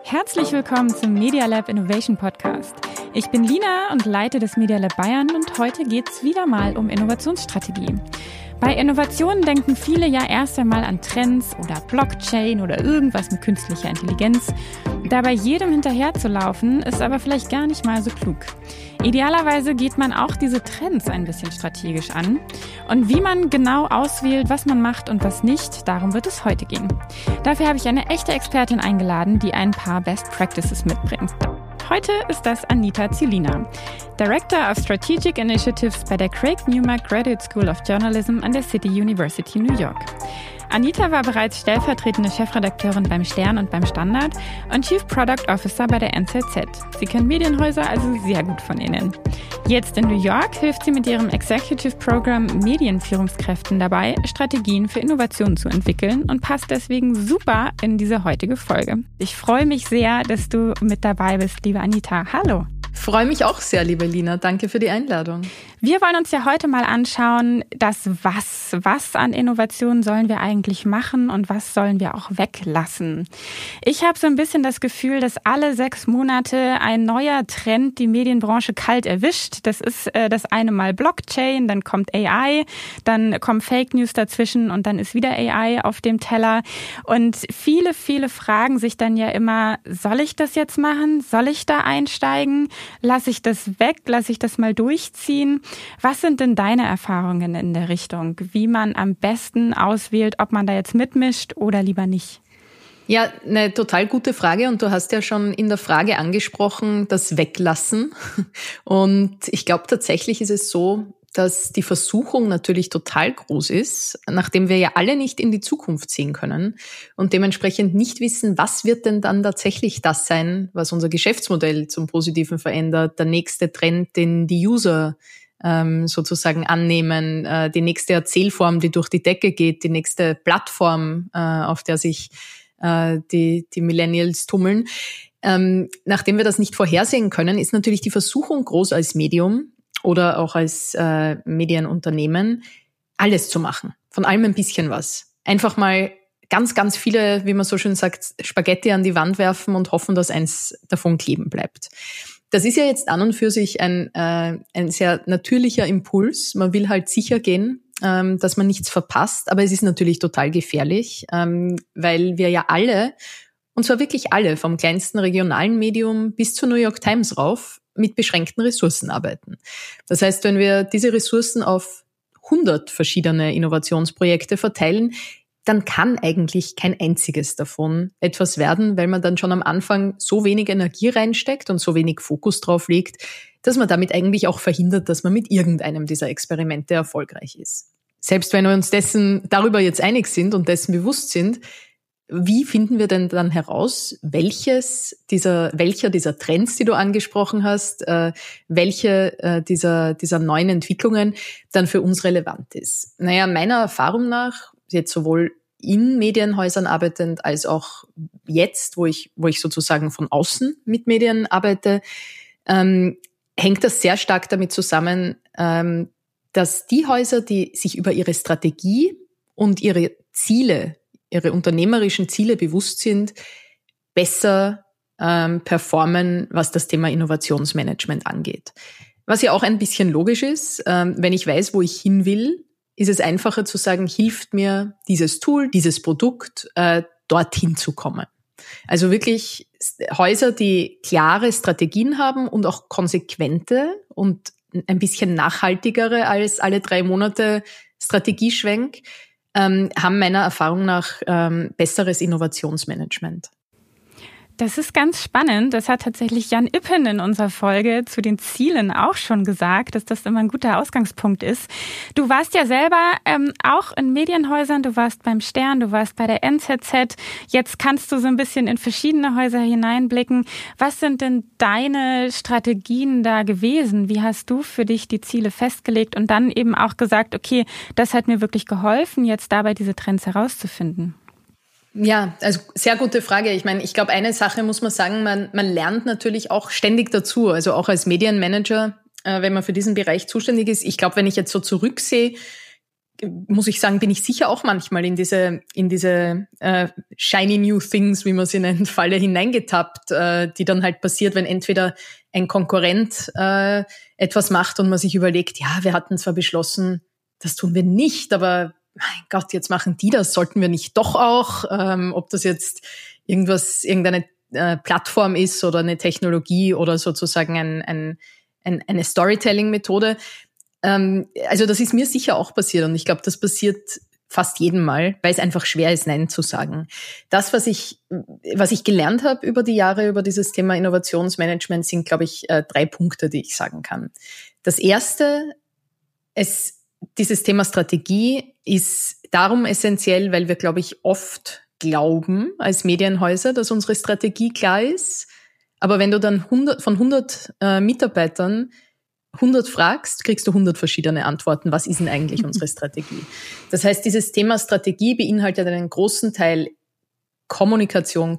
Herzlich willkommen zum Media Lab Innovation Podcast. Ich bin Lina und leite das Media Lab Bayern und heute geht's wieder mal um Innovationsstrategie. Bei Innovationen denken viele ja erst einmal an Trends oder Blockchain oder irgendwas mit künstlicher Intelligenz. Dabei jedem hinterherzulaufen, ist aber vielleicht gar nicht mal so klug. Idealerweise geht man auch diese Trends ein bisschen strategisch an. Und wie man genau auswählt, was man macht und was nicht, darum wird es heute gehen. Dafür habe ich eine echte Expertin eingeladen, die ein paar Best Practices mitbringt. Heute ist das Anita Zielina, Director of Strategic Initiatives bei der Craig Newmark Graduate School of Journalism an der City University New York. Anita war bereits stellvertretende Chefredakteurin beim Stern und beim Standard und Chief Product Officer bei der NZZ. Sie kennt Medienhäuser also sehr gut von innen. Jetzt in New York hilft sie mit ihrem Executive Program Medienführungskräften dabei, Strategien für Innovation zu entwickeln und passt deswegen super in diese heutige Folge. Ich freue mich sehr, dass du mit dabei bist, liebe Anita. Hallo. Freue mich auch sehr, liebe Lina. Danke für die Einladung. Wir wollen uns ja heute mal anschauen, was an Innovationen sollen wir eigentlich machen und was sollen wir auch weglassen. Ich habe so ein bisschen das Gefühl, dass alle 6 Monate ein neuer Trend die Medienbranche kalt erwischt. Das ist das eine Mal Blockchain, dann kommt AI, dann kommen Fake News dazwischen und dann ist wieder AI auf dem Teller. Und viele fragen sich dann ja immer, soll ich das jetzt machen? Soll ich da einsteigen? Lasse ich das weg? Lasse ich das mal durchziehen? Was sind denn deine Erfahrungen in der Richtung, wie man am besten auswählt, ob man da jetzt mitmischt oder lieber nicht? Ja, eine total gute Frage und du hast ja schon in der Frage angesprochen, das Weglassen. Und ich glaube tatsächlich ist es so, dass die Versuchung natürlich total groß ist, nachdem wir ja alle nicht in die Zukunft sehen können und dementsprechend nicht wissen, was wird denn dann tatsächlich das sein, was unser Geschäftsmodell zum Positiven verändert, der nächste Trend, den die User sozusagen annehmen, die nächste Erzählform, die durch die Decke geht, die nächste Plattform, auf der sich die Millennials tummeln. Nachdem wir das nicht vorhersehen können, ist natürlich die Versuchung groß als Medium oder auch als Medienunternehmen, alles zu machen. Von allem ein bisschen was. Einfach mal ganz viele, wie man so schön sagt, Spaghetti an die Wand werfen und hoffen, dass eins davon kleben bleibt. Das ist ja jetzt an und für sich ein sehr natürlicher Impuls. Man will halt sicher gehen, dass man nichts verpasst. Aber es ist natürlich total gefährlich, weil wir ja alle, und zwar wirklich alle, vom kleinsten regionalen Medium bis zur New York Times rauf, mit beschränkten Ressourcen arbeiten. Das heißt, wenn wir diese Ressourcen auf 100 verschiedene Innovationsprojekte verteilen, dann kann eigentlich kein einziges davon etwas werden, weil man dann schon am Anfang so wenig Energie reinsteckt und so wenig Fokus drauf legt, dass man damit eigentlich auch verhindert, dass man mit irgendeinem dieser Experimente erfolgreich ist. Selbst wenn wir uns darüber jetzt einig sind und dessen bewusst sind, wie finden wir denn dann heraus, welcher dieser Trends, die du angesprochen hast, welche dieser neuen Entwicklungen dann für uns relevant ist? Naja, meiner Erfahrung nach, jetzt sowohl in Medienhäusern arbeitend als auch jetzt, wo ich sozusagen von außen mit Medien arbeite, hängt das sehr stark damit zusammen, dass die Häuser, die sich über ihre Strategie und ihre unternehmerischen Ziele bewusst sind, besser performen, was das Thema Innovationsmanagement angeht. Was ja auch ein bisschen logisch ist, wenn ich weiß, wo ich hin will, ist es einfacher zu sagen, hilft mir dieses Tool, dieses Produkt, dorthin zu kommen. Also wirklich Häuser, die klare Strategien haben und auch konsequente und ein bisschen nachhaltigere als alle 3 Monate Strategieschwenk, haben meiner Erfahrung nach besseres Innovationsmanagement. Das ist ganz spannend. Das hat tatsächlich Jan Ippen in unserer Folge zu den Zielen auch schon gesagt, dass das immer ein guter Ausgangspunkt ist. Du warst ja selber auch in Medienhäusern, du warst beim Stern, du warst bei der NZZ. Jetzt kannst du so ein bisschen in verschiedene Häuser hineinblicken. Was sind denn deine Strategien da gewesen? Wie hast du für dich die Ziele festgelegt und dann eben auch gesagt, okay, das hat mir wirklich geholfen, jetzt dabei diese Trends herauszufinden? Ja, also sehr gute Frage. Ich meine, ich glaube, eine Sache muss man sagen, man lernt natürlich auch ständig dazu. Also auch als Medienmanager, wenn man für diesen Bereich zuständig ist. Ich glaube, wenn ich jetzt so zurücksehe, muss ich sagen, bin ich sicher auch manchmal in diese shiny new things, wie man sie nennt, Falle hineingetappt, die dann halt passiert, wenn entweder ein Konkurrent etwas macht und man sich überlegt, ja, wir hatten zwar beschlossen, das tun wir nicht, aber mein Gott, jetzt machen die das, sollten wir nicht doch auch, ob das jetzt irgendeine Plattform ist oder eine Technologie oder sozusagen eine Storytelling-Methode. Also das ist mir sicher auch passiert und ich glaube, das passiert fast jedem Mal, weil es einfach schwer ist, Nein zu sagen. Das, was ich gelernt habe über die Jahre, über dieses Thema Innovationsmanagement, sind, glaube ich, 3 Punkte, die ich sagen kann. Das erste, dieses Thema Strategie ist darum essentiell, weil wir, glaube ich, oft glauben als Medienhäuser, dass unsere Strategie klar ist. Aber wenn du dann von 100 Mitarbeitern 100 fragst, kriegst du 100 verschiedene Antworten. Was ist denn eigentlich unsere Strategie? Das heißt, dieses Thema Strategie beinhaltet einen großen Teil Kommunikation.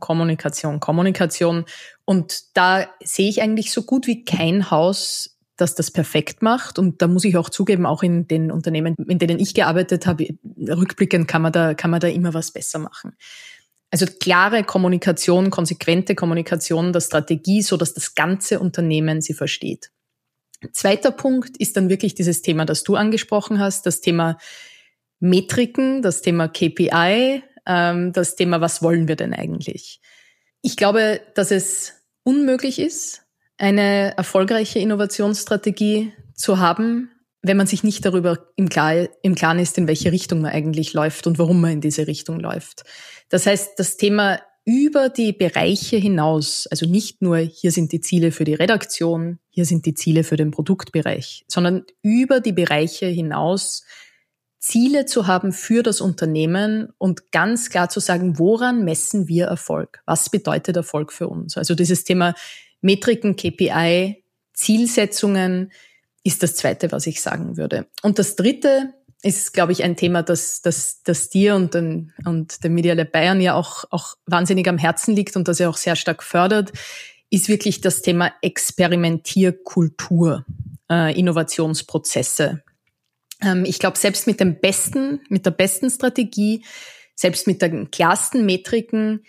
Und da sehe ich eigentlich so gut wie kein Haus, das das perfekt macht. Und da muss ich auch zugeben, auch in den Unternehmen, in denen ich gearbeitet habe, rückblickend kann man da immer was besser machen. Also klare Kommunikation, konsequente Kommunikation der Strategie, so dass das ganze Unternehmen sie versteht. Zweiter Punkt ist dann wirklich dieses Thema, das du angesprochen hast, das Thema Metriken, das Thema KPI, das Thema, was wollen wir denn eigentlich? Ich glaube, dass es unmöglich ist, eine erfolgreiche Innovationsstrategie zu haben, wenn man sich nicht darüber im Klaren ist, in welche Richtung man eigentlich läuft und warum man in diese Richtung läuft. Das heißt, das Thema über die Bereiche hinaus, also nicht nur, hier sind die Ziele für die Redaktion, hier sind die Ziele für den Produktbereich, sondern über die Bereiche hinaus Ziele zu haben für das Unternehmen und ganz klar zu sagen, woran messen wir Erfolg? Was bedeutet Erfolg für uns? Also dieses Thema Metriken, KPI, Zielsetzungen ist das Zweite, was ich sagen würde. Und das Dritte ist, glaube ich, ein Thema, das dir und dem Media Lab Bayern ja auch wahnsinnig am Herzen liegt und das er auch sehr stark fördert, ist wirklich das Thema Experimentierkultur, Innovationsprozesse. Ich glaube, selbst mit der besten Strategie, selbst mit den klarsten Metriken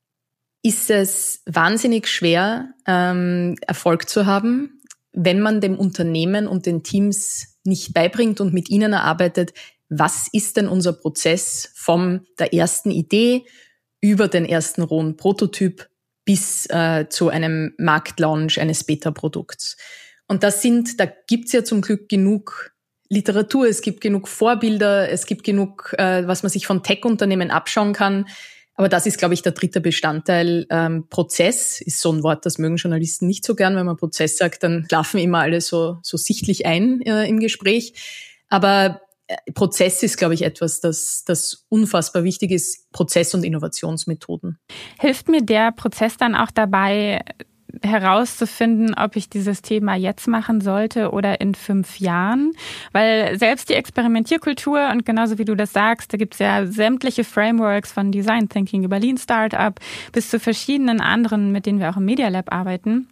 ist es wahnsinnig schwer, Erfolg zu haben, wenn man dem Unternehmen und den Teams nicht beibringt und mit ihnen erarbeitet, was ist denn unser Prozess von der ersten Idee über den ersten rohen Prototyp bis zu einem Marktlaunch eines Beta-Produkts. Und da gibt's ja zum Glück genug Literatur, es gibt genug Vorbilder, es gibt genug, was man sich von Tech-Unternehmen abschauen kann. Aber das ist, glaube ich, der dritte Bestandteil. Prozess ist so ein Wort, das mögen Journalisten nicht so gern. Wenn man Prozess sagt, dann schlafen immer alle so sichtlich ein im Gespräch. Aber Prozess ist, glaube ich, etwas, das unfassbar wichtig ist. Prozess- und Innovationsmethoden. Hilft mir der Prozess dann auch dabei, herauszufinden, ob ich dieses Thema jetzt machen sollte oder in 5 Jahren. Weil selbst die Experimentierkultur und genauso wie du das sagst, da gibt es ja sämtliche Frameworks von Design Thinking über Lean Startup bis zu verschiedenen anderen, mit denen wir auch im Media Lab arbeiten.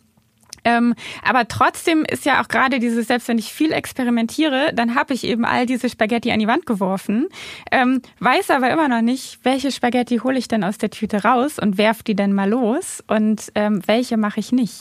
Aber trotzdem ist ja auch gerade dieses, selbst wenn ich viel experimentiere, dann habe ich eben all diese Spaghetti an die Wand geworfen, weiß aber immer noch nicht, welche Spaghetti hole ich denn aus der Tüte raus und werf die denn mal los und welche mache ich nicht?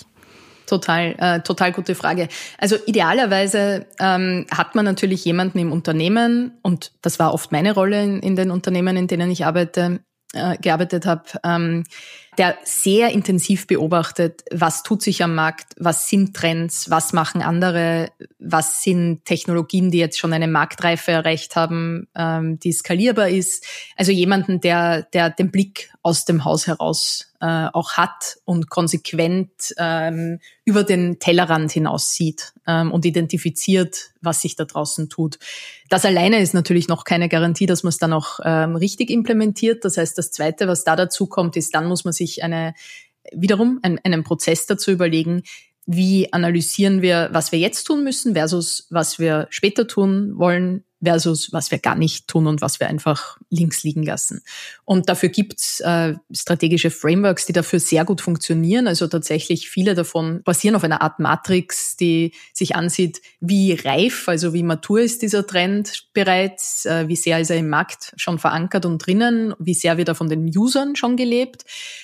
Total gute Frage. Also idealerweise hat man natürlich jemanden im Unternehmen, und das war oft meine Rolle in den Unternehmen, in denen ich gearbeitet habe, der sehr intensiv beobachtet, was tut sich am Markt, was sind Trends, was machen andere, was sind Technologien, die jetzt schon eine Marktreife erreicht haben, die skalierbar ist. Also jemanden, der den Blick aus dem Haus heraus auch hat und konsequent über den Tellerrand hinaus sieht und identifiziert, was sich da draußen tut. Das alleine ist natürlich noch keine Garantie, dass man es dann auch richtig implementiert. Das heißt, das Zweite, was da dazu kommt, ist, dann muss man sich einen Prozess dazu überlegen, wie analysieren wir, was wir jetzt tun müssen versus was wir später tun wollen, versus was wir gar nicht tun und was wir einfach links liegen lassen. Und dafür gibt's strategische Frameworks, die dafür sehr gut funktionieren. Also tatsächlich viele davon basieren auf einer Art Matrix, die sich ansieht, wie reif, also wie matur ist dieser Trend bereits, wie sehr ist er im Markt schon verankert und drinnen, wie sehr wird er von den Usern schon gelebt.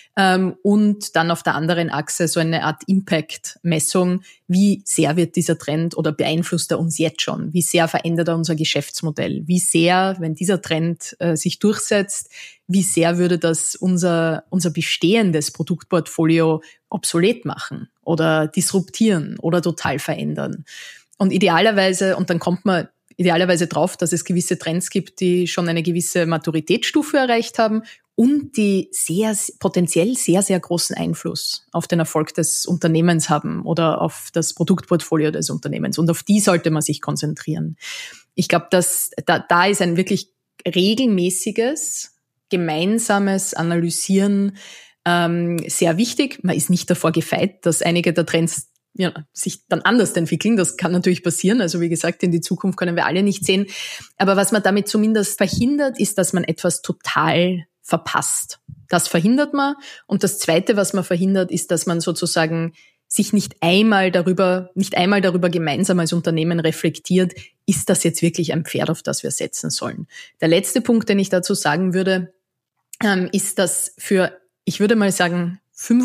Und dann auf der anderen Achse so eine Art Impact-Messung. Wie sehr wird dieser Trend oder beeinflusst er uns jetzt schon? Wie sehr verändert er unser Geschäftsmodell? Wie sehr, wenn dieser Trend sich durchsetzt, wie sehr würde das unser bestehendes Produktportfolio obsolet machen oder disruptieren oder total verändern? Und idealerweise, und dann kommt man idealerweise drauf, dass es gewisse Trends gibt, die schon eine gewisse Maturitätsstufe erreicht haben und die potenziell sehr, sehr großen Einfluss auf den Erfolg des Unternehmens haben oder auf das Produktportfolio des Unternehmens. Und auf die sollte man sich konzentrieren. Ich glaube, dass da ist ein wirklich regelmäßiges, gemeinsames Analysieren sehr wichtig. Man ist nicht davor gefeit, dass einige der Trends sich dann anders entwickeln. Das kann natürlich passieren. Also wie gesagt, in die Zukunft können wir alle nicht sehen. Aber was man damit zumindest verhindert, ist, dass man etwas total verpasst. Das verhindert man. Und das Zweite, was man verhindert, ist, dass man sozusagen sich nicht einmal darüber gemeinsam als Unternehmen reflektiert, ist das jetzt wirklich ein Pferd, auf das wir setzen sollen. Der letzte Punkt, den ich dazu sagen würde, ist, dass ich würde mal sagen,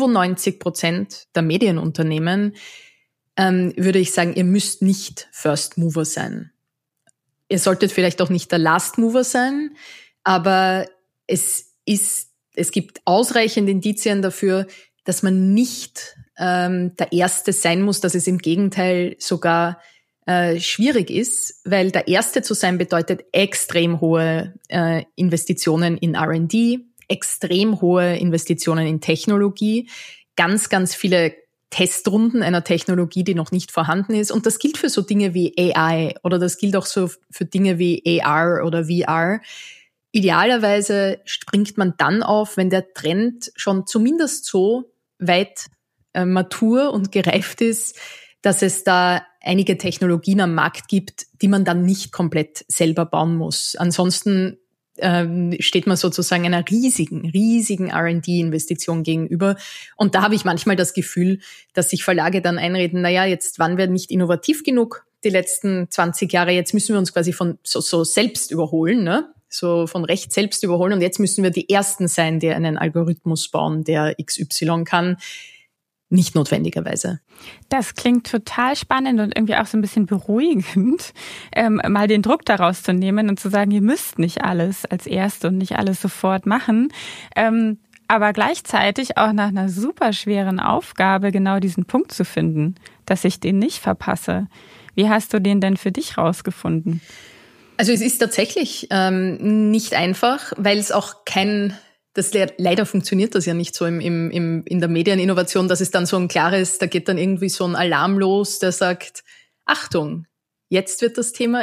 95% der Medienunternehmen, würde ich sagen, ihr müsst nicht First Mover sein. Ihr solltet vielleicht auch nicht der Last Mover sein, aber es gibt ausreichend Indizien dafür, dass man nicht der Erste sein muss, dass es im Gegenteil sogar schwierig ist, weil der Erste zu sein bedeutet extrem hohe Investitionen in R&D, extrem hohe Investitionen in Technologie, ganz, ganz viele Testrunden einer Technologie, die noch nicht vorhanden ist. Und das gilt für so Dinge wie AI oder das gilt auch so für Dinge wie AR oder VR. Idealerweise springt man dann auf, wenn der Trend schon zumindest so weit matur und gereift ist, dass es da einige Technologien am Markt gibt, die man dann nicht komplett selber bauen muss. Ansonsten steht man sozusagen einer riesigen R&D-Investition gegenüber. Und da habe ich manchmal das Gefühl, dass sich Verlage dann einreden, jetzt waren wir nicht innovativ genug die letzten 20 Jahre, jetzt müssen wir uns quasi von so selbst überholen, ne? So von rechts selbst überholen und jetzt müssen wir die Ersten sein, die einen Algorithmus bauen, der XY kann. Nicht notwendigerweise. Das klingt total spannend und irgendwie auch so ein bisschen beruhigend, mal den Druck daraus zu nehmen und zu sagen, ihr müsst nicht alles als Erste und nicht alles sofort machen. Aber gleichzeitig auch nach einer super schweren Aufgabe genau diesen Punkt zu finden, dass ich den nicht verpasse. Wie hast du den denn für dich rausgefunden? Also es ist tatsächlich nicht einfach, weil es auch leider funktioniert das ja nicht so in der Medieninnovation, dass es dann so ein klares, da geht dann irgendwie so ein Alarm los, der sagt, Achtung, jetzt wird das Thema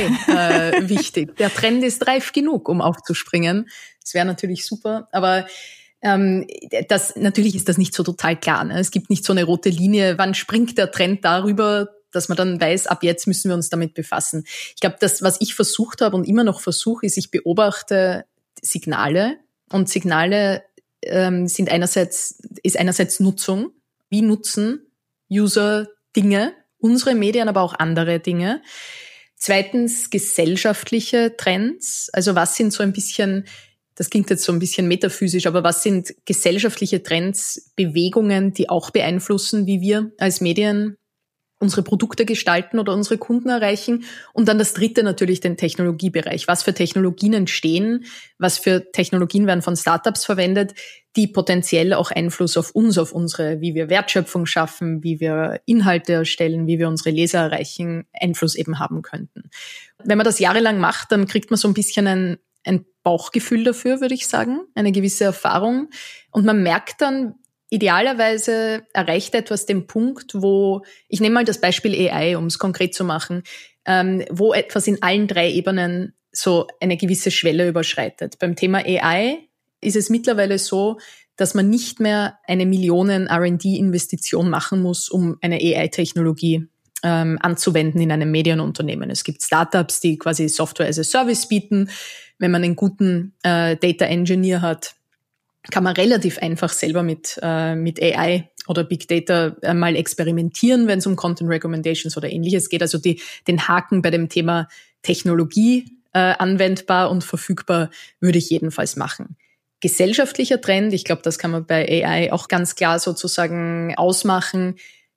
AI wichtig. Der Trend ist reif genug, um aufzuspringen. Das wäre natürlich super, aber natürlich ist das nicht so total klar. Ne? Es gibt nicht so eine rote Linie, wann springt der Trend darüber, dass man dann weiß, ab jetzt müssen wir uns damit befassen. Ich glaube, das, was ich versucht habe und immer noch versuche, ist, ich beobachte Signale. Und Signale ist einerseits Nutzung. Wie nutzen User Dinge, unsere Medien, aber auch andere Dinge. Zweitens gesellschaftliche Trends. Also was sind so ein bisschen, das klingt jetzt so ein bisschen metaphysisch, aber was sind gesellschaftliche Trends, Bewegungen, die auch beeinflussen, wie wir als Medien unsere Produkte gestalten oder unsere Kunden erreichen. Und dann das Dritte natürlich den Technologiebereich. Was für Technologien entstehen, was für Technologien werden von Startups verwendet, die potenziell auch Einfluss auf uns, auf unsere, wie wir Wertschöpfung schaffen, wie wir Inhalte erstellen, wie wir unsere Leser erreichen, Einfluss eben haben könnten. Wenn man das jahrelang macht, dann kriegt man so ein bisschen ein Bauchgefühl dafür, würde ich sagen, eine gewisse Erfahrung. Und man merkt dann, idealerweise erreicht etwas den Punkt, wo, ich nehme mal das Beispiel AI, um es konkret zu machen, wo etwas in allen 3 Ebenen so eine gewisse Schwelle überschreitet. Beim Thema AI ist es mittlerweile so, dass man nicht mehr eine Millionen R&D-Investition machen muss, um eine AI-Technologie anzuwenden in einem Medienunternehmen. Es gibt Startups, die quasi Software as a Service bieten. Wenn man einen guten Data Engineer hat, kann man relativ einfach selber mit AI oder Big Data mal experimentieren, wenn es um Content Recommendations oder Ähnliches geht. Also den Haken bei dem Thema Technologie anwendbar und verfügbar würde ich jedenfalls machen. Gesellschaftlicher Trend, ich glaube, das kann man bei AI auch ganz klar sozusagen ausmachen.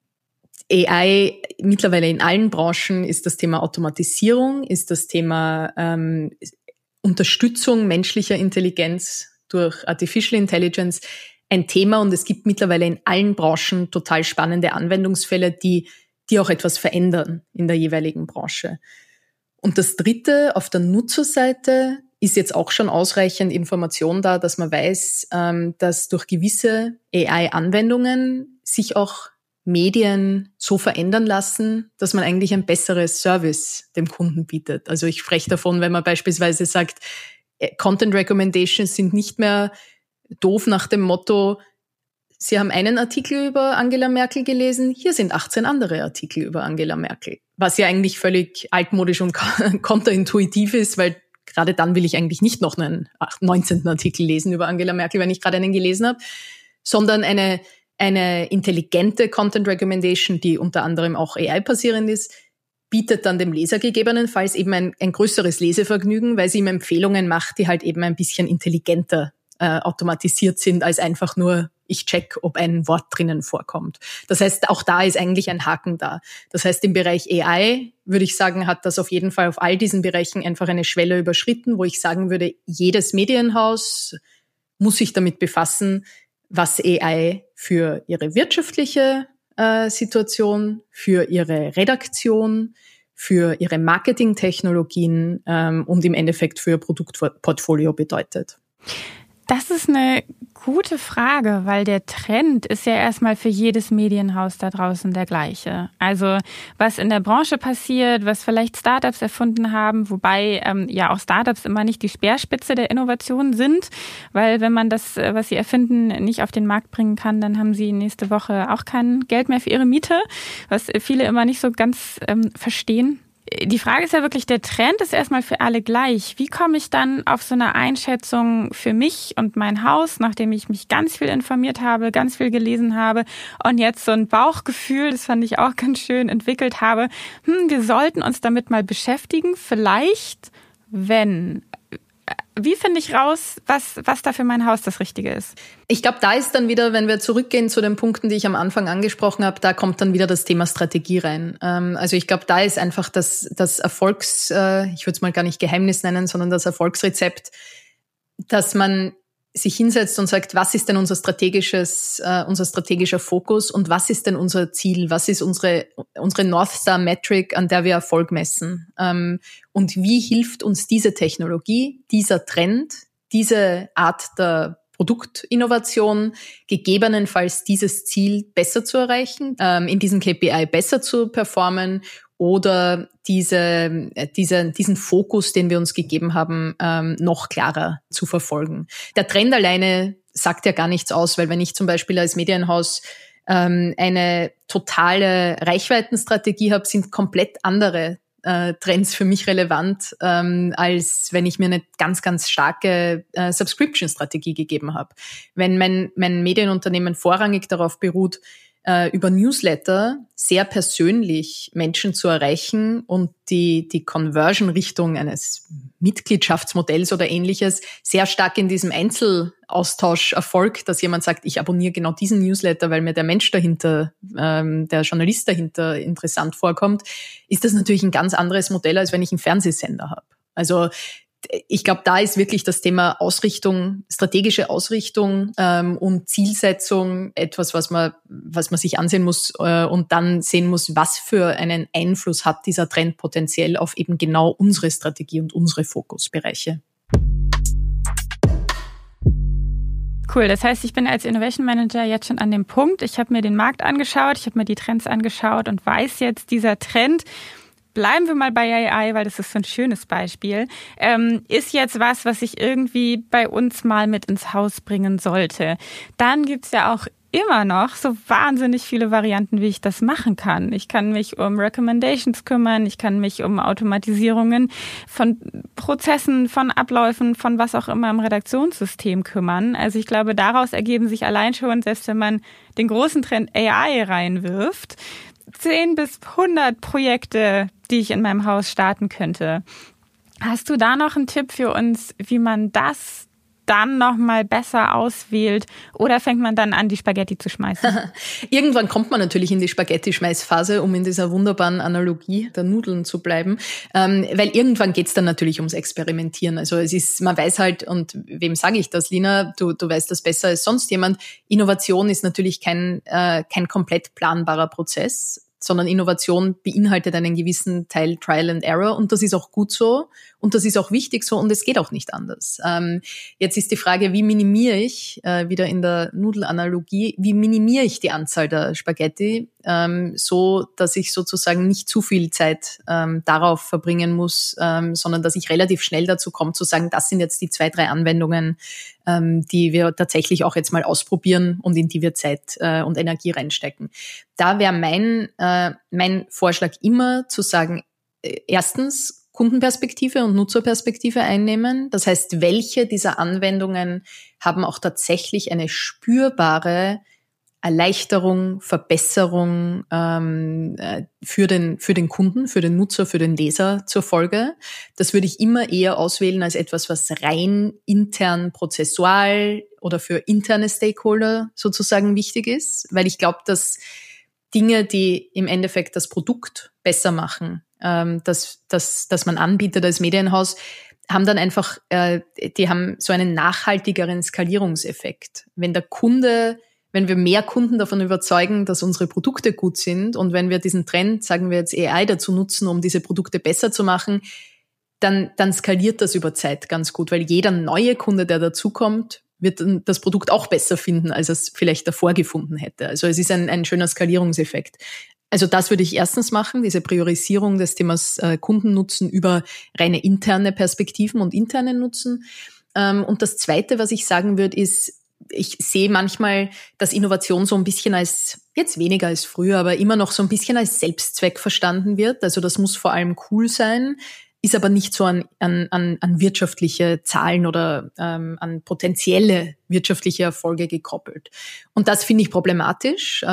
AI mittlerweile in allen Branchen ist das Thema Automatisierung, ist das Thema Unterstützung menschlicher Intelligenz durch Artificial Intelligence ein Thema, und es gibt mittlerweile in allen Branchen total spannende Anwendungsfälle, die auch etwas verändern in der jeweiligen Branche. Und das Dritte, auf der Nutzerseite ist jetzt auch schon ausreichend Information da, dass man weiß, dass durch gewisse AI-Anwendungen sich auch Medien so verändern lassen, dass man eigentlich ein besseres Service dem Kunden bietet. Also ich spreche davon, wenn man beispielsweise sagt, Content Recommendations sind nicht mehr doof nach dem Motto, Sie haben einen Artikel über Angela Merkel gelesen, hier sind 18 andere Artikel über Angela Merkel. Was ja eigentlich völlig altmodisch und konterintuitiv ist, weil gerade dann will ich eigentlich nicht noch einen 19. Artikel lesen über Angela Merkel, wenn ich gerade einen gelesen habe, sondern eine intelligente Content Recommendation, die unter anderem auch AI-basierend ist, bietet dann dem Leser gegebenenfalls eben ein größeres Lesevergnügen, weil sie ihm Empfehlungen macht, die halt eben ein bisschen intelligenter automatisiert sind, als einfach nur, ich check, ob ein Wort drinnen vorkommt. Das heißt, auch da ist eigentlich ein Haken da. Das heißt, im Bereich AI, würde ich sagen, hat das auf jeden Fall auf all diesen Bereichen einfach eine Schwelle überschritten, wo ich sagen würde, jedes Medienhaus muss sich damit befassen, was AI für ihre wirtschaftliche Situation, für ihre Redaktion, für ihre Marketingtechnologien und im Endeffekt für ihr Produktportfolio bedeutet. Das ist eine gute Frage, weil der Trend ist ja erstmal für jedes Medienhaus da draußen der gleiche. Also was in der Branche passiert, was vielleicht Startups erfunden haben, wobei ja auch Startups immer nicht die Speerspitze der Innovation sind, weil wenn man das, was sie erfinden, nicht auf den Markt bringen kann, dann haben sie nächste Woche auch kein Geld mehr für ihre Miete, was viele immer nicht so ganz verstehen. Die Frage ist ja wirklich, der Trend ist erstmal für alle gleich. Wie komme ich dann auf so eine Einschätzung für mich und mein Haus, nachdem ich mich ganz viel informiert habe, ganz viel gelesen habe und jetzt so ein Bauchgefühl, das fand ich auch ganz schön, entwickelt habe, wir sollten uns damit mal beschäftigen, vielleicht wenn. Wie finde ich raus, was da für mein Haus das Richtige ist? Ich glaube, da ist dann wieder, wenn wir zurückgehen zu den Punkten, die ich am Anfang angesprochen habe, da kommt dann wieder das Thema Strategie rein. Also ich glaube, da ist einfach das Erfolgs, ich würde es mal gar nicht Geheimnis nennen, sondern das Erfolgsrezept, dass man sich hinsetzt und sagt, was ist denn unser strategischer Fokus und was ist denn unser Ziel? Was ist unsere North Star Metric, an der wir Erfolg messen? Und wie hilft uns diese Technologie, dieser Trend, diese Art der Produktinnovation, gegebenenfalls dieses Ziel besser zu erreichen, in diesem KPI besser zu performen oder diesen Fokus, den wir uns gegeben haben, noch klarer zu verfolgen. Der Trend alleine sagt ja gar nichts aus, weil wenn ich zum Beispiel als Medienhaus eine totale Reichweitenstrategie habe, sind komplett andere Trends für mich relevant, als wenn ich mir eine ganz, ganz starke Subscription-Strategie gegeben habe. Wenn mein Medienunternehmen vorrangig darauf beruht, über Newsletter sehr persönlich Menschen zu erreichen und die Conversion-Richtung eines Mitgliedschaftsmodells oder Ähnliches sehr stark in diesem Einzelaustausch erfolgt, dass jemand sagt, ich abonniere genau diesen Newsletter, weil mir der Mensch dahinter, der Journalist dahinter interessant vorkommt, ist das natürlich ein ganz anderes Modell, als wenn ich einen Fernsehsender habe. Also ich glaube, da ist wirklich das Thema Ausrichtung, strategische Ausrichtung und Zielsetzung etwas, was man sich ansehen muss und dann sehen muss, was für einen Einfluss hat dieser Trend potenziell auf eben genau unsere Strategie und unsere Fokusbereiche. Cool, das heißt, ich bin als Innovation Manager jetzt schon an dem Punkt, ich habe mir den Markt angeschaut, ich habe mir die Trends angeschaut und weiß jetzt, dieser Trend, bleiben wir mal bei AI, weil das ist so ein schönes Beispiel, ist jetzt was ich irgendwie bei uns mal mit ins Haus bringen sollte. Dann gibt's ja auch immer noch so wahnsinnig viele Varianten, wie ich das machen kann. Ich kann mich um Recommendations kümmern, ich kann mich um Automatisierungen von Prozessen, von Abläufen, von was auch immer im Redaktionssystem kümmern. Also ich glaube, daraus ergeben sich allein schon, selbst wenn man den großen Trend AI reinwirft, 10 bis 100 Projekte, die ich in meinem Haus starten könnte. Hast du da noch einen Tipp für uns, wie man das dann nochmal besser auswählt, oder fängt man dann an, die Spaghetti zu schmeißen? Irgendwann kommt man natürlich in die Spaghetti-Schmeißphase, um in dieser wunderbaren Analogie der Nudeln zu bleiben, weil irgendwann geht's dann natürlich ums Experimentieren. Also es ist, man weiß halt, und wem sage ich das, Lina, du weißt das besser als sonst jemand, Innovation ist natürlich kein komplett planbarer Prozess, sondern Innovation beinhaltet einen gewissen Teil Trial and Error, und das ist auch gut so und das ist auch wichtig so und es geht auch nicht anders. Jetzt ist die Frage, wie minimiere ich, wieder in der Nudelanalogie, wie minimiere ich die Anzahl der Spaghetti, so dass ich sozusagen nicht zu viel Zeit darauf verbringen muss, sondern dass ich relativ schnell dazu komme zu sagen, das sind jetzt die 2, 3 Anwendungen, die wir tatsächlich auch jetzt mal ausprobieren und in die wir Zeit und Energie reinstecken. Da wäre mein Vorschlag immer zu sagen, erstens Kundenperspektive und Nutzerperspektive einnehmen. Das heißt, welche dieser Anwendungen haben auch tatsächlich eine spürbare Erleichterung, Verbesserung für den Kunden, für den Nutzer, für den Leser zur Folge. Das würde ich immer eher auswählen als etwas, was rein intern prozessual oder für interne Stakeholder sozusagen wichtig ist, weil ich glaube, dass Dinge, die im Endeffekt das Produkt besser machen, dass man anbietet als Medienhaus, haben dann einfach, die haben so einen nachhaltigeren Skalierungseffekt. Wenn wir mehr Kunden davon überzeugen, dass unsere Produkte gut sind, und wenn wir diesen Trend, sagen wir jetzt AI, dazu nutzen, um diese Produkte besser zu machen, dann skaliert das über Zeit ganz gut, weil jeder neue Kunde, der dazukommt, wird das Produkt auch besser finden, als es vielleicht davor gefunden hätte. Also es ist ein schöner Skalierungseffekt. Also das würde ich erstens machen, diese Priorisierung des Themas Kundennutzen über reine interne Perspektiven und internen Nutzen. Und das Zweite, was ich sagen würde, ist, ich sehe manchmal, dass Innovation so ein bisschen als, jetzt weniger als früher, aber immer noch so ein bisschen als Selbstzweck verstanden wird. Also das muss vor allem cool sein, ist aber nicht so an wirtschaftliche Zahlen oder an potenzielle wirtschaftliche Erfolge gekoppelt. Und das finde ich problematisch.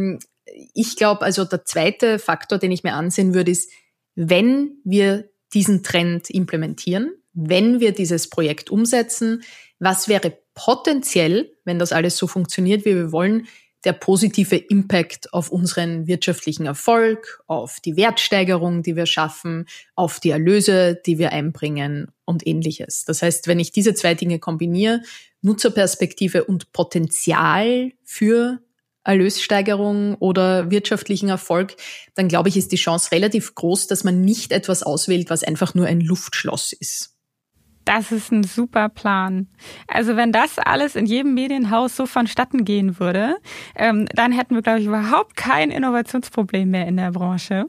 Ich glaube, also der zweite Faktor, den ich mir ansehen würde, ist, wenn wir diesen Trend implementieren, wenn wir dieses Projekt umsetzen, was wäre potenziell, wenn das alles so funktioniert, wie wir wollen, der positive Impact auf unseren wirtschaftlichen Erfolg, auf die Wertsteigerung, die wir schaffen, auf die Erlöse, die wir einbringen und Ähnliches. Das heißt, wenn ich diese 2 Dinge kombiniere, Nutzerperspektive und Potenzial für Erlössteigerung oder wirtschaftlichen Erfolg, dann glaube ich, ist die Chance relativ groß, dass man nicht etwas auswählt, was einfach nur ein Luftschloss ist. Das ist ein super Plan. Also wenn das alles in jedem Medienhaus so vonstatten gehen würde, dann hätten wir, glaube ich, überhaupt kein Innovationsproblem mehr in der Branche.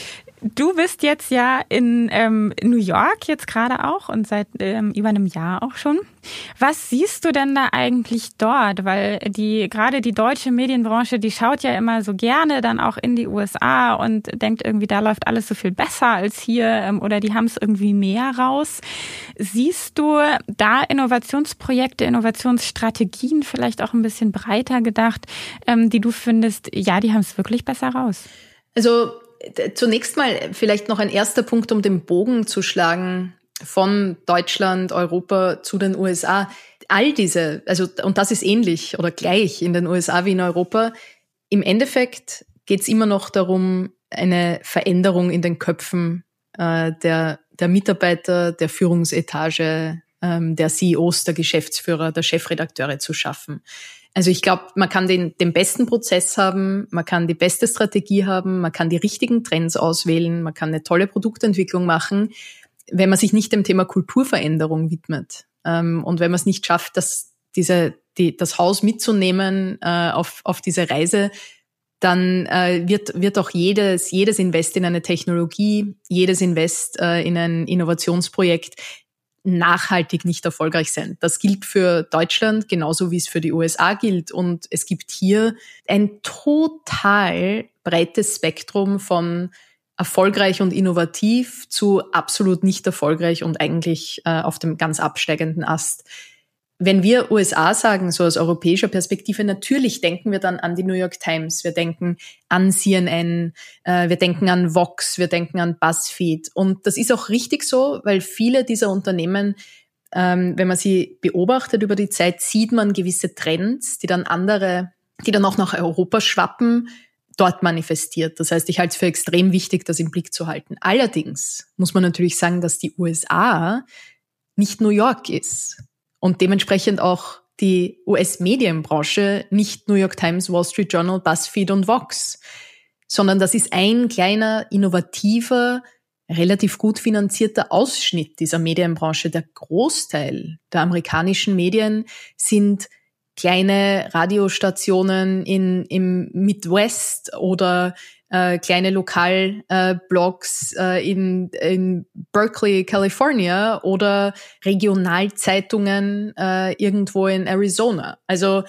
Du bist jetzt ja in New York jetzt gerade auch und seit über einem Jahr auch schon. Was siehst du denn da eigentlich dort? Weil gerade die deutsche Medienbranche, die schaut ja immer so gerne dann auch in die USA und denkt irgendwie, da läuft alles so viel besser als hier, oder die haben es irgendwie mehr raus. Siehst du da Innovationsprojekte, Innovationsstrategien vielleicht auch ein bisschen breiter gedacht, die du findest, ja, die haben es wirklich besser raus? Also zunächst mal vielleicht noch ein erster Punkt, um den Bogen zu schlagen von Deutschland, Europa zu den USA. All diese, also, und das ist ähnlich oder gleich in den USA wie in Europa. Im Endeffekt geht es immer noch darum, eine Veränderung in den Köpfen der Mitarbeiter, der Führungsetage, der CEOs, der Geschäftsführer, der Chefredakteure zu schaffen. Also ich glaube, man kann den besten Prozess haben, man kann die beste Strategie haben, man kann die richtigen Trends auswählen, man kann eine tolle Produktentwicklung machen, wenn man sich nicht dem Thema Kulturveränderung widmet. Und wenn man es nicht schafft, das Haus mitzunehmen auf diese Reise, dann wird auch jedes Invest in eine Technologie, jedes Invest in ein Innovationsprojekt nachhaltig nicht erfolgreich sein. Das gilt für Deutschland genauso wie es für die USA gilt. Und es gibt hier ein total breites Spektrum von erfolgreich und innovativ zu absolut nicht erfolgreich und eigentlich auf dem ganz absteigenden Ast. Wenn wir USA sagen, so aus europäischer Perspektive, natürlich denken wir dann an die New York Times, wir denken an CNN, wir denken an Vox, wir denken an BuzzFeed. Und das ist auch richtig so, weil viele dieser Unternehmen, wenn man sie beobachtet über die Zeit, sieht man gewisse Trends, die dann auch nach Europa schwappen, dort manifestiert. Das heißt, ich halte es für extrem wichtig, das im Blick zu halten. Allerdings muss man natürlich sagen, dass die USA nicht New York ist. Und dementsprechend auch die US-Medienbranche nicht New York Times, Wall Street Journal, BuzzFeed und Vox, sondern das ist ein kleiner, innovativer, relativ gut finanzierter Ausschnitt dieser Medienbranche. Der Großteil der amerikanischen Medien sind kleine Radiostationen im Midwest oder kleine Lokalblogs in Berkeley, California oder Regionalzeitungen irgendwo in Arizona. Also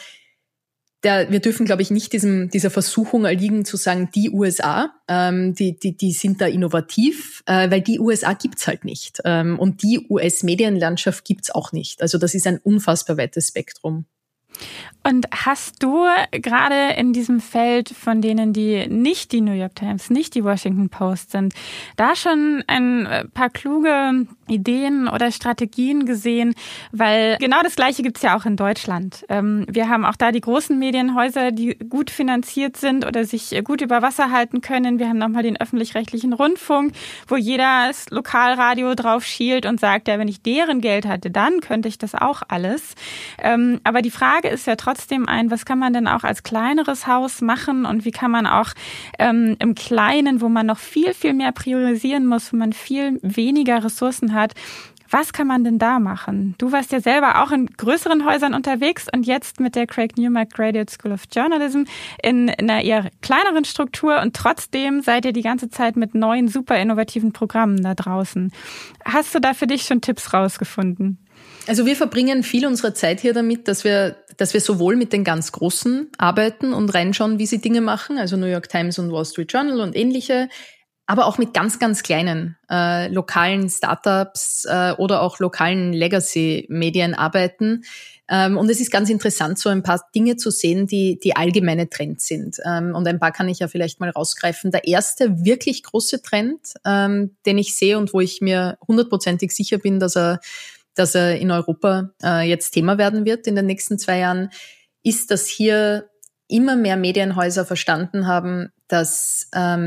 wir dürfen, glaube ich, nicht dieser Versuchung erliegen zu sagen, die USA, die sind da innovativ, weil die USA gibt's halt nicht. Und die US-Medienlandschaft gibt's auch nicht. Also das ist ein unfassbar weites Spektrum. Und hast du gerade in diesem Feld von denen, die nicht die New York Times, nicht die Washington Post sind, da schon ein paar kluge Ideen oder Strategien gesehen? Weil genau das Gleiche gibt's ja auch in Deutschland. Wir haben auch da die großen Medienhäuser, die gut finanziert sind oder sich gut über Wasser halten können. Wir haben nochmal den öffentlich-rechtlichen Rundfunk, wo jeder das Lokalradio drauf schielt und sagt, ja, wenn ich deren Geld hatte, dann könnte ich das auch alles. Aber die Frage ist ja trotzdem was kann man denn auch als kleineres Haus machen und wie kann man auch im Kleinen, wo man noch viel, viel mehr priorisieren muss, wo man viel weniger Ressourcen hat, was kann man denn da machen? Du warst ja selber auch in größeren Häusern unterwegs und jetzt mit der Craig Newmark Graduate School of Journalism in einer eher kleineren Struktur und trotzdem seid ihr die ganze Zeit mit neuen, super innovativen Programmen da draußen. Hast du da für dich schon Tipps rausgefunden? Also wir verbringen viel unserer Zeit hier damit, dass wir sowohl mit den ganz Großen arbeiten und reinschauen, wie sie Dinge machen, also New York Times und Wall Street Journal und ähnliche, aber auch mit ganz, ganz kleinen lokalen Startups oder auch lokalen Legacy-Medien arbeiten. Und es ist ganz interessant, so ein paar Dinge zu sehen, die allgemeine Trends sind. Und ein paar kann ich ja vielleicht mal rausgreifen. Der erste wirklich große Trend, den ich sehe und wo ich mir 100%ig sicher bin, dass er in Europa jetzt Thema werden wird in den nächsten 2 Jahren, ist, dass hier immer mehr Medienhäuser verstanden haben, dass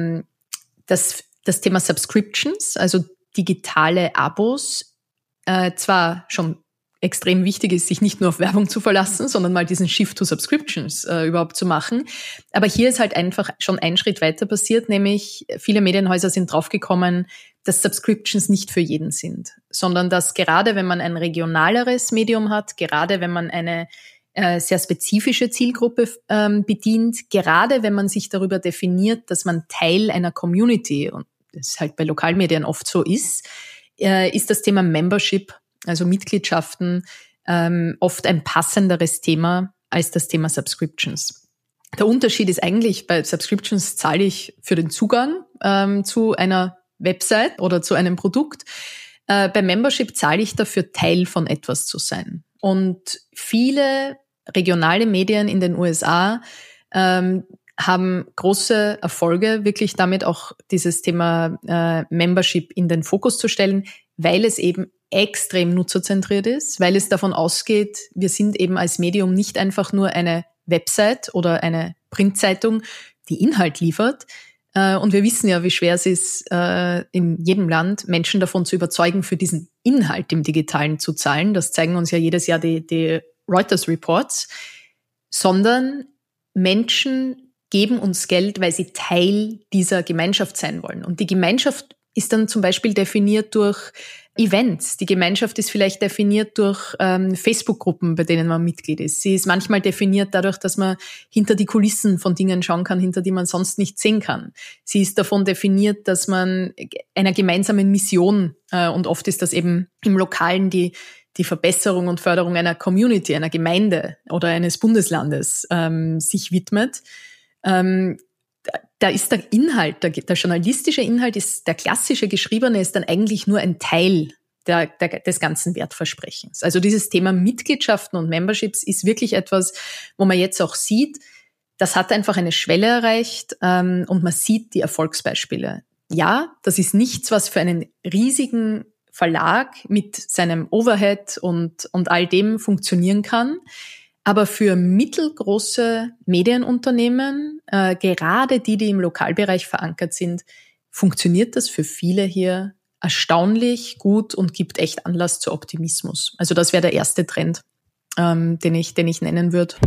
das Thema Subscriptions, also digitale Abos, zwar schon extrem wichtig ist, sich nicht nur auf Werbung zu verlassen, sondern mal diesen Shift to Subscriptions überhaupt zu machen. Aber hier ist halt einfach schon ein Schritt weiter passiert, nämlich viele Medienhäuser sind draufgekommen, dass Subscriptions nicht für jeden sind, sondern dass gerade wenn man ein regionaleres Medium hat, gerade wenn man eine sehr spezifische Zielgruppe bedient, gerade wenn man sich darüber definiert, dass man Teil einer Community, und das halt bei Lokalmedien oft so ist das Thema Membership, also Mitgliedschaften, oft ein passenderes Thema als das Thema Subscriptions. Der Unterschied ist eigentlich, bei Subscriptions zahle ich für den Zugang zu einer Website oder zu einem Produkt. Bei Membership zahle ich dafür, Teil von etwas zu sein. Und viele regionale Medien in den USA haben große Erfolge, wirklich damit auch dieses Thema Membership in den Fokus zu stellen, weil es eben extrem nutzerzentriert ist, weil es davon ausgeht, wir sind eben als Medium nicht einfach nur eine Website oder eine Printzeitung, die Inhalt liefert. Und wir wissen ja, wie schwer es ist, in jedem Land Menschen davon zu überzeugen, für diesen Inhalt im Digitalen zu zahlen. Das zeigen uns ja jedes Jahr die Reuters Reports. Sondern Menschen geben uns Geld, weil sie Teil dieser Gemeinschaft sein wollen. Und die Gemeinschaft ist dann zum Beispiel definiert durch Events. Die Gemeinschaft ist vielleicht definiert durch Facebook-Gruppen, bei denen man Mitglied ist. Sie ist manchmal definiert dadurch, dass man hinter die Kulissen von Dingen schauen kann, hinter die man sonst nicht sehen kann. Sie ist davon definiert, dass man einer gemeinsamen Mission, und oft ist das eben im Lokalen die Verbesserung und Förderung einer Community, einer Gemeinde oder eines Bundeslandes sich widmet. Da ist der Inhalt, der journalistische Inhalt, ist der klassische Geschriebene, ist dann eigentlich nur ein Teil des ganzen Wertversprechens. Also dieses Thema Mitgliedschaften und Memberships ist wirklich etwas, wo man jetzt auch sieht, das hat einfach eine Schwelle erreicht und man sieht die Erfolgsbeispiele. Ja, das ist nichts, was für einen riesigen Verlag mit seinem Overhead und all dem funktionieren kann. Aber für mittelgroße Medienunternehmen, gerade die im Lokalbereich verankert sind, funktioniert das für viele hier erstaunlich gut und gibt echt Anlass zu Optimismus. Also das wäre der erste Trend, den ich nennen würde.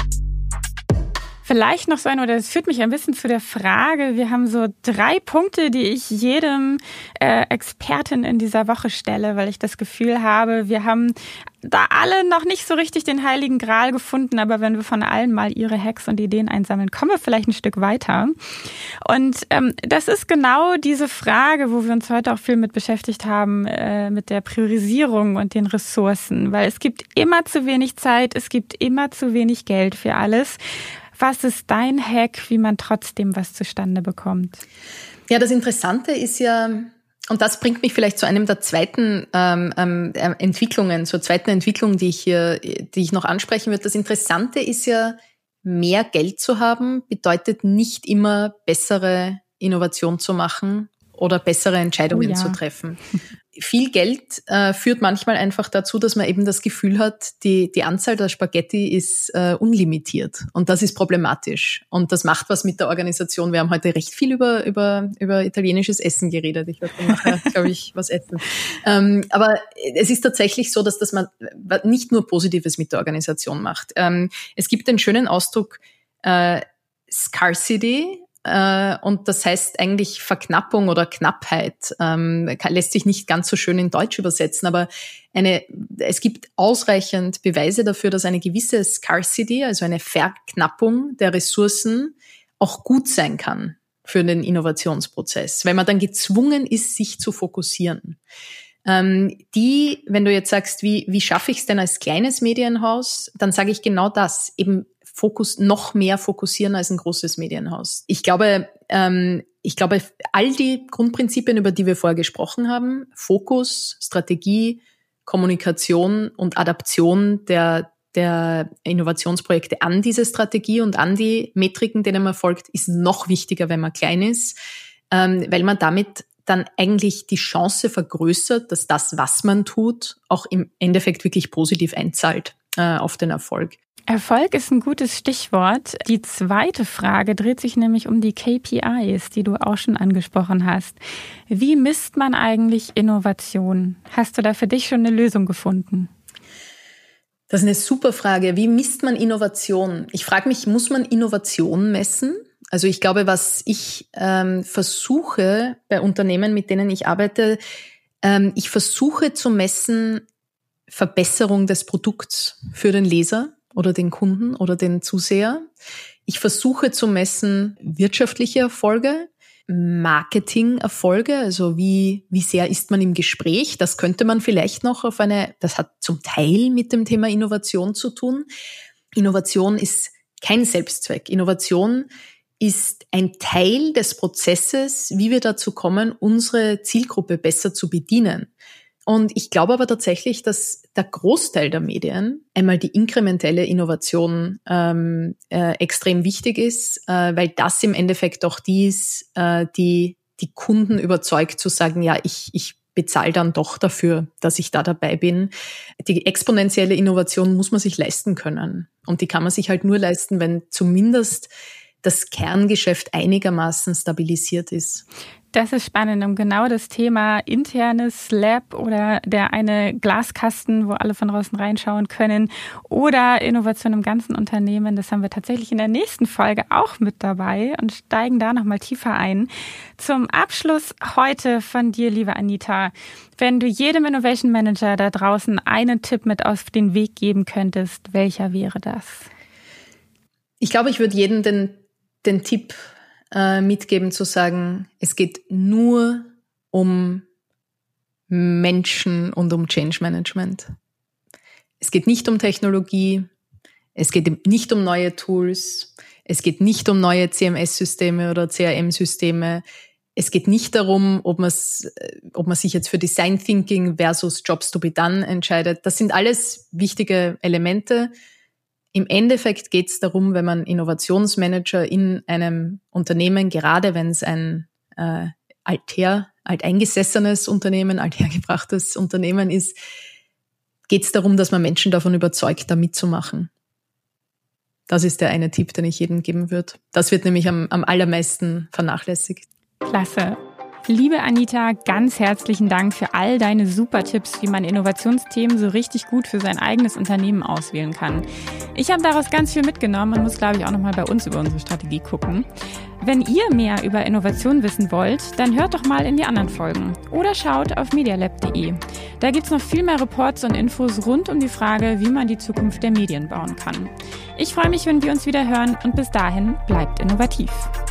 Vielleicht noch so oder es führt mich ein bisschen zu der Frage, wir haben so 3 Punkte, die ich jedem Experten in dieser Woche stelle, weil ich das Gefühl habe, wir haben da alle noch nicht so richtig den Heiligen Gral gefunden, aber wenn wir von allen mal ihre Hacks und Ideen einsammeln, kommen wir vielleicht ein Stück weiter. Und das ist genau diese Frage, wo wir uns heute auch viel mit beschäftigt haben, mit der Priorisierung und den Ressourcen, weil es gibt immer zu wenig Zeit, es gibt immer zu wenig Geld für alles. Was ist dein Hack, wie man trotzdem was zustande bekommt? Ja, das Interessante ist ja, und das bringt mich vielleicht zu einem der zweiten Entwicklungen, zur zweiten Entwicklung, die ich noch ansprechen würde. Das Interessante ist ja, mehr Geld zu haben, bedeutet nicht immer bessere Innovation zu machen oder bessere Entscheidungen zu treffen. Viel Geld führt manchmal einfach dazu, dass man eben das Gefühl hat, die Anzahl der Spaghetti ist unlimitiert. Und das ist problematisch. Und das macht was mit der Organisation. Wir haben heute recht viel über italienisches Essen geredet. Ich werde nachher, glaube ich, was essen. Aber es ist tatsächlich so, dass das man nicht nur Positives mit der Organisation macht. Es gibt den schönen Ausdruck Scarcity. Und das heißt eigentlich Verknappung oder Knappheit, lässt sich nicht ganz so schön in Deutsch übersetzen, aber es gibt ausreichend Beweise dafür, dass eine gewisse Scarcity, also eine Verknappung der Ressourcen, auch gut sein kann für den Innovationsprozess, weil man dann gezwungen ist, sich zu fokussieren. Wenn du jetzt sagst, wie schaffe ich es denn als kleines Medienhaus, dann sage ich genau das, eben noch mehr fokussieren als ein großes Medienhaus. Ich glaube, all die Grundprinzipien, über die wir vorher gesprochen haben, Fokus, Strategie, Kommunikation und Adaption der Innovationsprojekte an diese Strategie und an die Metriken, denen man folgt, ist noch wichtiger, wenn man klein ist, weil man damit dann eigentlich die Chance vergrößert, dass das, was man tut, auch im Endeffekt wirklich positiv einzahlt auf den Erfolg. Erfolg ist ein gutes Stichwort. Die zweite Frage dreht sich nämlich um die KPIs, die du auch schon angesprochen hast. Wie misst man eigentlich Innovation? Hast du da für dich schon eine Lösung gefunden? Das ist eine super Frage. Wie misst man Innovation? Ich frage mich, muss man Innovation messen? Also ich glaube, was ich versuche bei Unternehmen, mit denen ich arbeite, ich versuche zu messen Verbesserung des Produkts für den Leser oder den Kunden oder den Zuseher. Ich versuche zu messen wirtschaftliche Erfolge, Marketing-Erfolge, also wie sehr ist man im Gespräch. Das könnte man vielleicht noch das hat zum Teil mit dem Thema Innovation zu tun. Innovation ist kein Selbstzweck. Innovation ist ein Teil des Prozesses, wie wir dazu kommen, unsere Zielgruppe besser zu bedienen. Und ich glaube aber tatsächlich, dass der Großteil der Medien einmal die inkrementelle Innovation extrem wichtig ist, weil das im Endeffekt auch die ist, die Kunden überzeugt zu sagen, ja, ich bezahle dann doch dafür, dass ich da dabei bin. Die exponentielle Innovation muss man sich leisten können. Und die kann man sich halt nur leisten, wenn zumindest das Kerngeschäft einigermaßen stabilisiert ist. Das ist spannend, um genau das Thema internes Lab oder der eine Glaskasten, wo alle von draußen reinschauen können, oder Innovation im ganzen Unternehmen. Das haben wir tatsächlich in der nächsten Folge auch mit dabei und steigen da nochmal tiefer ein. Zum Abschluss heute von dir, liebe Anita, wenn du jedem Innovation Manager da draußen einen Tipp mit auf den Weg geben könntest, welcher wäre das? Ich glaube, ich würde jedem den Tipp mitgeben, zu sagen, es geht nur um Menschen und um Change Management. Es geht nicht um Technologie, es geht nicht um neue Tools, es geht nicht um neue CMS-Systeme oder CRM-Systeme. Es geht nicht darum, ob man sich jetzt für Design Thinking versus Jobs to be done entscheidet. Das sind alles wichtige Elemente. Im Endeffekt geht es darum, wenn man Innovationsmanager in einem Unternehmen, gerade wenn es ein alteingesessenes Unternehmen, althergebrachtes Unternehmen ist, geht es darum, dass man Menschen davon überzeugt, da mitzumachen. Das ist der eine Tipp, den ich jedem geben würde. Das wird nämlich am allermeisten vernachlässigt. Klasse. Liebe Anita, ganz herzlichen Dank für all deine super Tipps, wie man Innovationsthemen so richtig gut für sein eigenes Unternehmen auswählen kann. Ich habe daraus ganz viel mitgenommen und muss, glaube ich, auch nochmal bei uns über unsere Strategie gucken. Wenn ihr mehr über Innovation wissen wollt, dann hört doch mal in die anderen Folgen oder schaut auf medialab.de. Da gibt's noch viel mehr Reports und Infos rund um die Frage, wie man die Zukunft der Medien bauen kann. Ich freue mich, wenn wir uns wieder hören und bis dahin bleibt innovativ.